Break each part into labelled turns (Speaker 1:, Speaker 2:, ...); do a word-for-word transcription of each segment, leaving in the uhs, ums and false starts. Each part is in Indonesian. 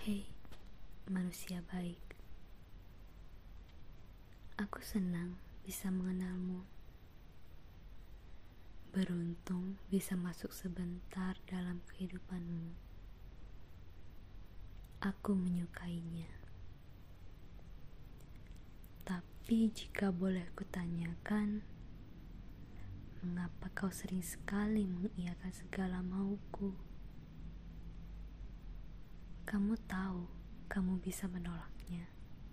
Speaker 1: Hei, manusia baik. Aku senang bisa mengenalmu. Beruntung bisa masuk sebentar dalam kehidupanmu. Aku menyukainya. Tapi jika boleh kutanyakan, mengapa kau sering sekali mengiyakan segala mauku? Kamu tahu kamu bisa menolaknya.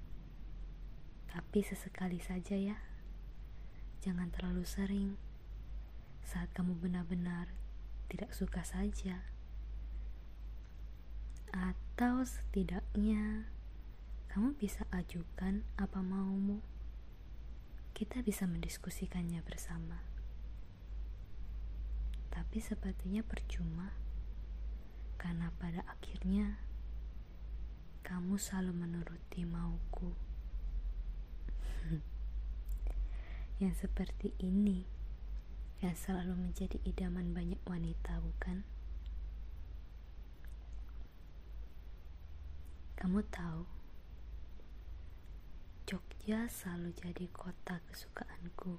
Speaker 1: Tapi sesekali saja ya. Jangan terlalu sering. Saat kamu benar-benar tidak suka saja. Atau setidaknya kamu bisa ajukan apa maumu. Kita bisa mendiskusikannya bersama. Tapi sepertinya percuma. Karena pada akhirnya kamu selalu menuruti mauku. Yang seperti ini yang selalu menjadi idaman banyak wanita, bukan? Kamu tahu, Jogja selalu jadi kota kesukaanku.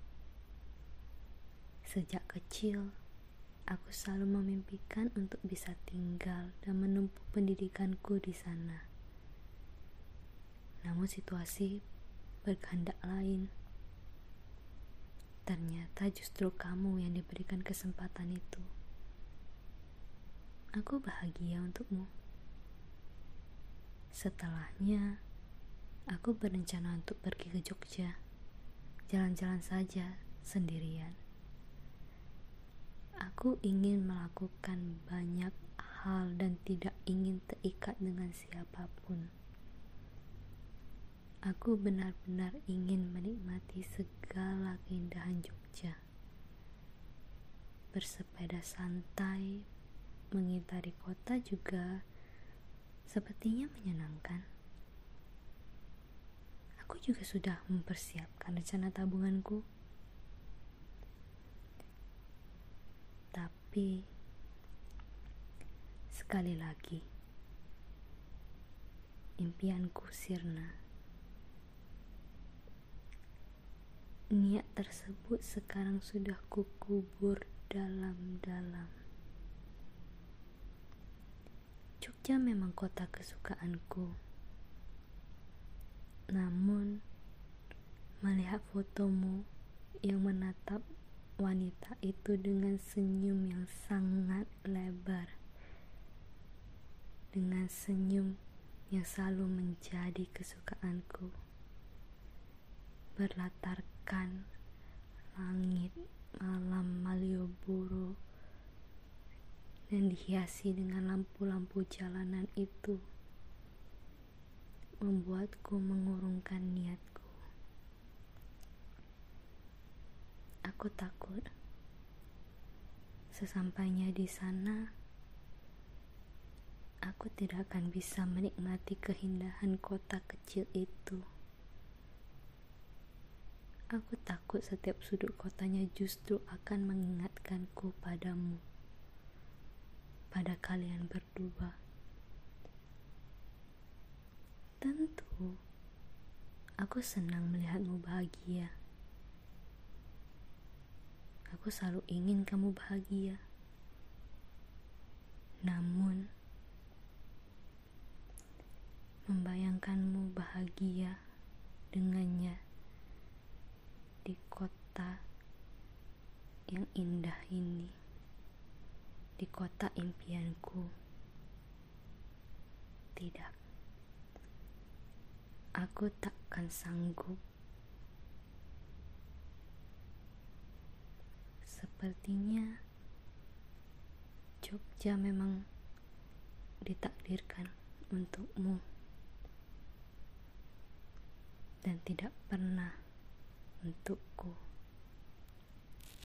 Speaker 1: Sejak kecil, aku selalu memimpikan untuk bisa tinggal dan menempuh pendidikanku di sana. Namun situasi berkehendak lain. Ternyata justru kamu yang diberikan kesempatan itu. Aku bahagia untukmu. Setelahnya, aku berencana untuk pergi ke Jogja. Jalan-jalan saja, sendirian. Aku ingin melakukan banyak hal dan tidak ingin terikat dengan siapapun. Aku benar-benar ingin menikmati segala keindahan Jogja. Bersepeda santai, mengitari kota juga sepertinya menyenangkan. Aku juga sudah mempersiapkan rencana tabunganku. Tapi, sekali lagi, impianku sirna. Niat tersebut sekarang sudah kukubur dalam-dalam. Jogja memang kota kesukaanku. Namun, melihat fotomu yang menatap wanita itu dengan senyum yang sangat lebar, dengan senyum yang selalu menjadi kesukaanku, berlatarkan langit malam Malioboro dan dihiasi dengan lampu-lampu jalanan itu, membuatku mengurungkan niatku. Aku takut sesampainya di sana aku tidak akan bisa menikmati keindahan kota kecil itu. Aku takut setiap sudut kotanya justru akan mengingatkanku padamu, pada kalian berdua. Tentu, aku senang melihatmu bahagia. Aku selalu ingin kamu bahagia. Namun, membayangkanmu bahagia dengannya di kota yang indah ini, di kota impianku. Tidak, aku takkan sanggup. Sepertinya Jogja memang ditakdirkan untukmu dan tidak pernah untukku.